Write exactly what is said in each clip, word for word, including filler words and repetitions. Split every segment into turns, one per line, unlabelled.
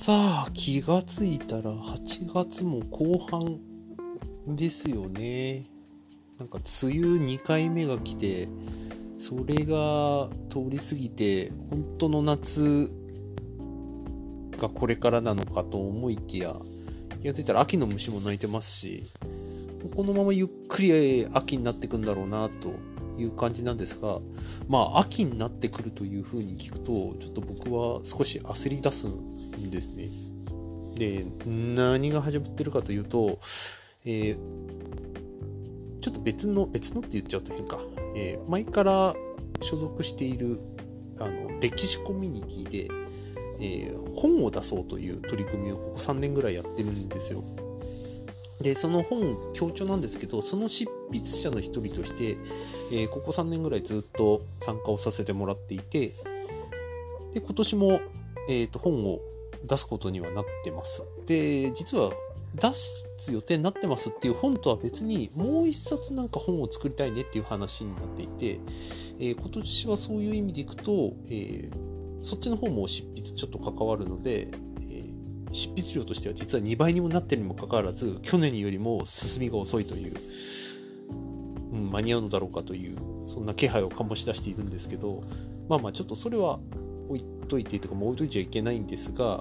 さあ気がついたらはちがつも後半ですよね。なんか梅雨にかいめが来て、それが通り過ぎて本当の夏がこれからなのかと思いきや、気がついたら秋の虫も鳴いてますし、このままゆっくり秋になっていくんだろうなという感じなんですが、まあ秋になってくるという風に聞くと、ちょっと僕は少し焦り出すんですね。で、何が始まってるかというと、えー、ちょっと別の別のって言っちゃうと変か、えー、前から所属しているあの歴史コミュニティで、えー、本を出そうという取り組みをここさんねんぐらいやってるんですよ。でその本強調なんですけど、その執筆者の一人として、えー、ここさんねんぐらいずっと参加をさせてもらっていて、で今年も、えーと、本を出すことにはなってます。で実は出す予定になってますっていう本とは別に、もう一冊なんか本を作りたいねっていう話になっていて、えー、今年はそういう意味でいくと、えー、そっちの方も執筆ちょっと関わるので、執筆量としては実はにばいにもなってるにもかかわらず、去年よりも進みが遅いという、うん、間に合うのだろうかという、そんな気配を醸し出しているんですけど、まあまあちょっとそれは置いといてとか、もう置いといちゃいけないんですが、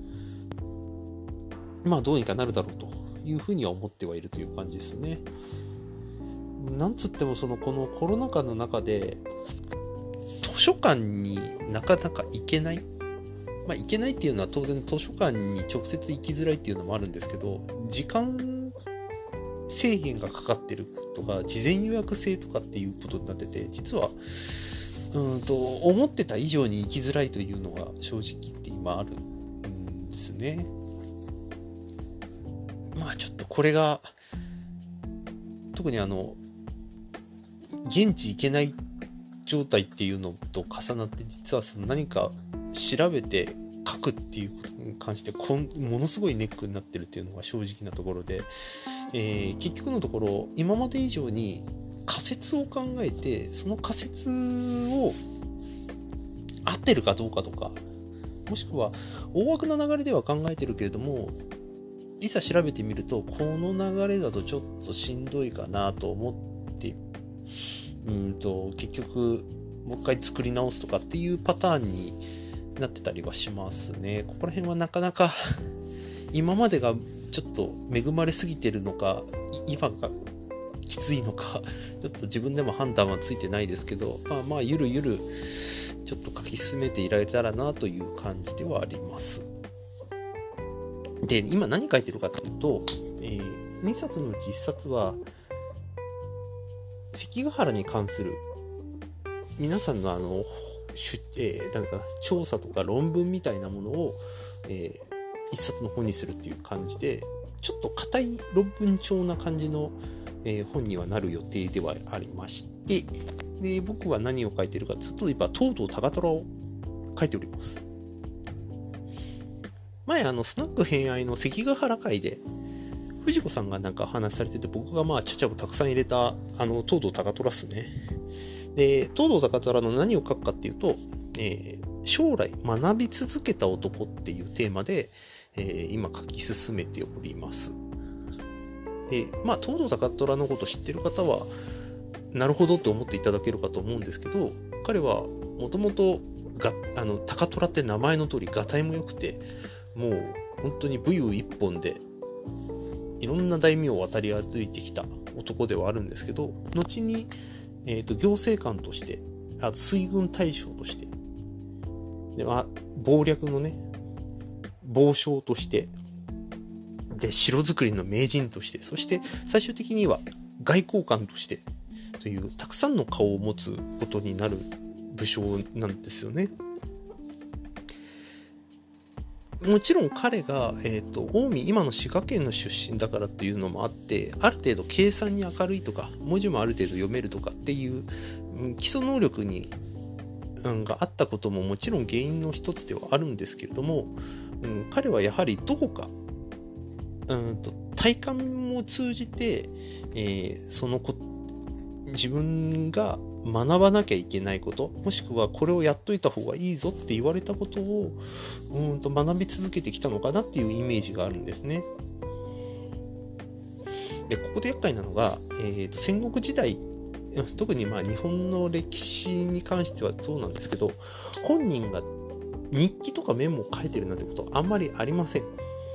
まあどうにかなるだろうというふうには思ってはいるという感じですね。なんつってもそのこのコロナ禍の中で図書館になかなか行けない、まあ、行けないっていうのは当然図書館に直接行きづらいっていうのもあるんですけど、時間制限がかかってるとか事前予約制とかっていうことになってて、実はうんと思ってた以上に行きづらいというのが正直言って今あるんですね。まあちょっとこれが特にあの現地行けない状態っていうのと重なって、実はその何か調べて書くっていうことに関してこんものすごいネックになってるっていうのが正直なところで、えー、結局のところ今まで以上に仮説を考えて、その仮説を合ってるかどうかとか、もしくは大枠な流れでは考えてるけれども、いざ調べてみるとこの流れだとちょっとしんどいかなと思ってうんと結局もう一回作り直すとかっていうパターンになってたりはしますね。ここら辺はなかなか今までがちょっと恵まれすぎてるのか、今がきついのか、ちょっと自分でも判断はついてないですけど、まあまあゆるゆるちょっと書き進めていられたらなという感じではあります。で今何書いてるかというと、えー、にさつのうちいっさつは関ヶ原に関する皆さんのあのえー、なんか調査とか論文みたいなものを、えー、一冊の本にするっていう感じで、ちょっと硬い論文調な感じの、えー、本にはなる予定ではありまして、で僕は何を書いているかというと、例えば東堂高虎を書いております。前あのスナック偏愛の関ヶ原会で藤子さんがなんか話されてて、僕がまあちゃちゃをたくさん入れたあの東堂高虎っすね。で東堂高虎の何を書くかっていうと、えー、将来学び続けた男っていうテーマで、えー、今書き進めております。でまあ東堂高虎のこと知ってる方はなるほどと思っていただけるかと思うんですけど、彼はもともと高虎って名前の通りがたいも良くて、もう本当に武勇一本でいろんな大名を渡り歩いてきた男ではあるんですけど、後にえー、と行政官として、あと水軍大将として、で、まあ、謀略のね謀将として、で城作りの名人として、そして最終的には外交官としてというたくさんの顔を持つことになる武将なんですよね。もちろん彼が、えーと、近江、今の滋賀県の出身だからというのもあって、ある程度計算に明るいとか、文字もある程度読めるとかっていう、うん、基礎能力に、うん、があったことももちろん原因の一つではあるんですけれども、うん、彼はやはりどこか、うんと体感も通じて、えー、そのこ自分が学ばなきゃいけないこと、もしくはこれをやっといた方がいいぞって言われたことをうんと学び続けてきたのかなっていうイメージがあるんですね。でここで厄介なのが、えーと、戦国時代、特にまあ日本の歴史に関してはそうなんですけど、本人が日記とかメモを書いてるなんてことはあんまりありません。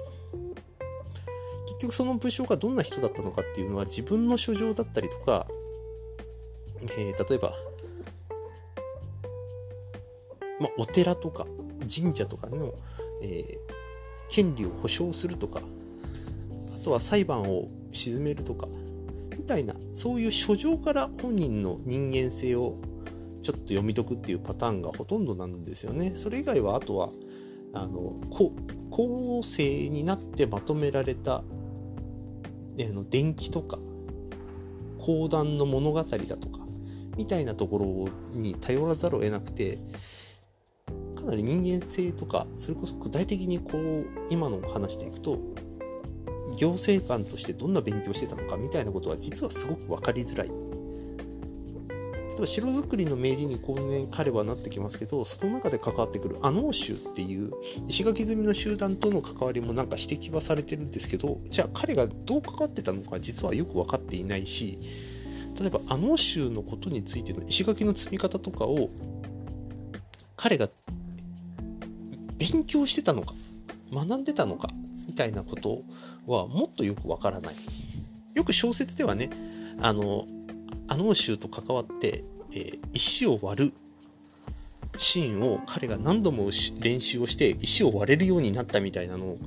結局その武将がどんな人だったのかっていうのは自分の書状だったりとか、えー、例えば、まあ、お寺とか神社とかの、えー、権利を保障するとか、あとは裁判を鎮めるとかみたいな、そういう書状から本人の人間性をちょっと読み解くっていうパターンがほとんどなんですよね。それ以外はあとはあの後世になってまとめられた、えー、の伝記とか講談の物語だとかみたいなところに頼らざるを得なくて、かなり人間性とか、それこそ具体的にこう今の話でいくと行政官としてどんな勉強してたのかみたいなことは実はすごく分かりづらい。例えば城造りの名人に後年彼はなってきますけど、その中で関わってくる阿能衆っていう石垣積みの集団との関わりもなんか指摘はされてるんですけど、じゃあ彼がどう関わってたのか実はよく分かっていないし、例えば阿能衆のことについての石垣の積み方とかを彼が勉強してたのか学んでたのかみたいなことはもっとよくわからない。よく小説ではね、あの阿能衆と関わって、えー、石を割るシーンを彼が何度も練習をして石を割れるようになったみたいなのを、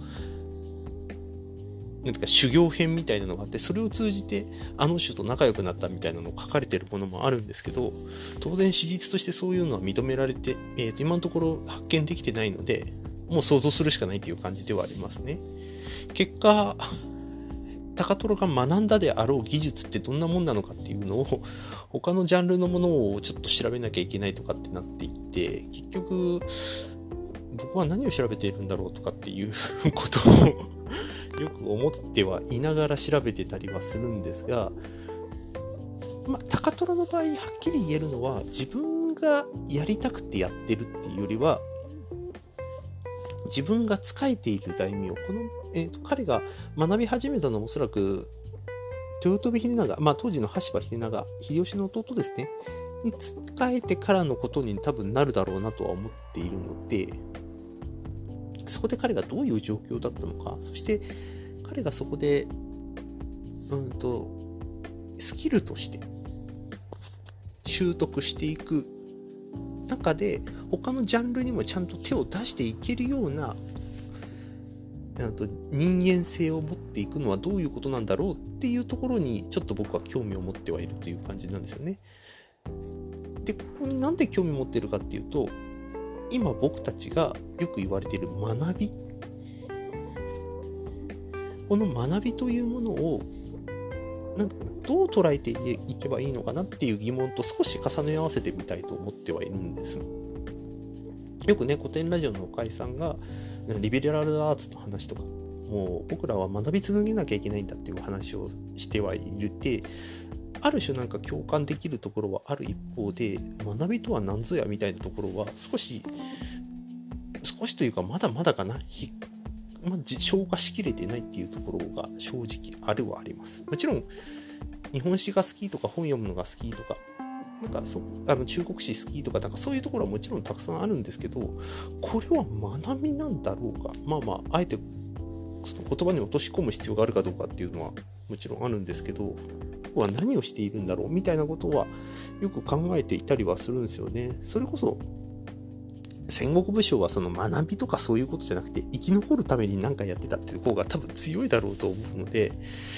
なんていうか修行編みたいなのがあって、それを通じて阿能衆と仲良くなったみたいなのを書かれてるものもあるんですけど、当然史実としてそういうのは認められて、えー、と今のところ発見できてないので、もう想像するしかないという感じではありますね。結果高虎が学んだであろう技術ってどんなもんなのかっていうのを他のジャンルのものをちょっと調べなきゃいけないとかってなっていって、結局僕は何を調べているんだろうとかっていうことをよく思ってはいながら調べてたりはするんですが、まあ高虎の場合はっきり言えるのは、自分がやりたくてやってるっていうよりは、自分が仕えている大名、この、えーと、彼が学び始めたのはおそらく豊臣秀長、まあ当時の羽柴秀長、秀吉の弟ですねに仕えてからのことに多分なるだろうなとは思っているので、そこで彼がどういう状況だったのか、そして彼がそこでうんとスキルとして習得していく中で、他のジャンルにもちゃんと手を出していけるようなと人間性を持っていくのはどういうことなんだろうっていうところにちょっと僕は興味を持ってはいるという感じなんですよね。でここになんで興味を持っているかっていうと、今僕たちがよく言われている学び、この学びというものをなんかどう捉えていけばいいのかなっていう疑問と少し重ね合わせてみたいと思ってはいるんです。よくね、古典ラジオの岡井さんがリベラルアーツの話とか、もう僕らは学び続けなきゃいけないんだっていう話をしてはいるって、ある種なんか共感できるところはある一方で、学びとは何ぞやみたいなところは少し少しというかまだまだかな、まあ、消化しきれてないっていうところが正直あるはあります。もちろん日本史が好きとか本読むのが好きとか、なんかそあの中国史好きとか、なんかそういうところはもちろんたくさんあるんですけど、これは学びなんだろうか、まあまああえてその言葉に落とし込む必要があるかどうかっていうのはもちろんあるんですけど、僕は何をしているんだろうみたいなことはよく考えていたりはするんですよね。それこそ戦国武将はその学びとかそういうことじゃなくて、生き残るために何かやってたっていう方が多分強いだろうと思うので、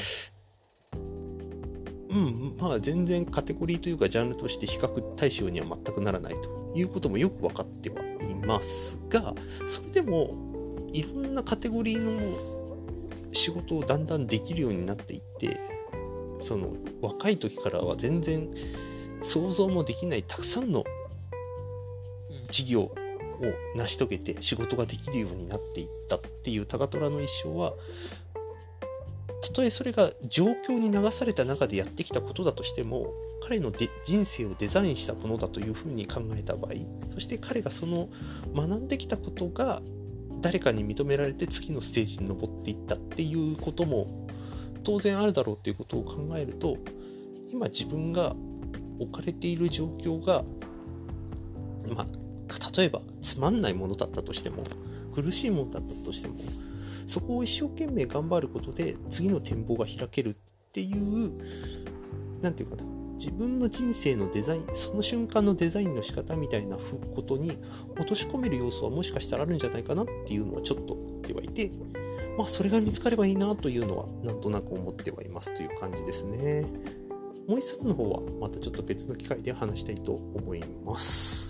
うん、まあ全然カテゴリーというかジャンルとして比較対象には全くならないということもよく分かってはいますが、それでもいろんなカテゴリーの仕事をだんだんできるようになっていって、その若い時からは全然想像もできないたくさんの事業を成し遂げて仕事ができるようになっていったっていう高虎の一生は、たとえそれが状況に流された中でやってきたことだとしても、 彼ので人生をデザインしたものだというふうに考えた場合、そして彼がその学んできたことが誰かに認められて次のステージに登っていったっていうことも当然あるだろうっていうことを考えると、今自分が置かれている状況が、まあ、例えばつまんないものだったとしても、苦しいものだったとしても、そこを一生懸命頑張ることで次の展望が開けるっていう、なんていうかな、自分の人生のデザイン、その瞬間のデザインの仕方みたいなことに落とし込める要素はもしかしたらあるんじゃないかなっていうのはちょっと思ってはいて、まあそれが見つかればいいなというのはなんとなく思ってはいますという感じですね。もう一冊の方はまたちょっと別の機会で話したいと思います。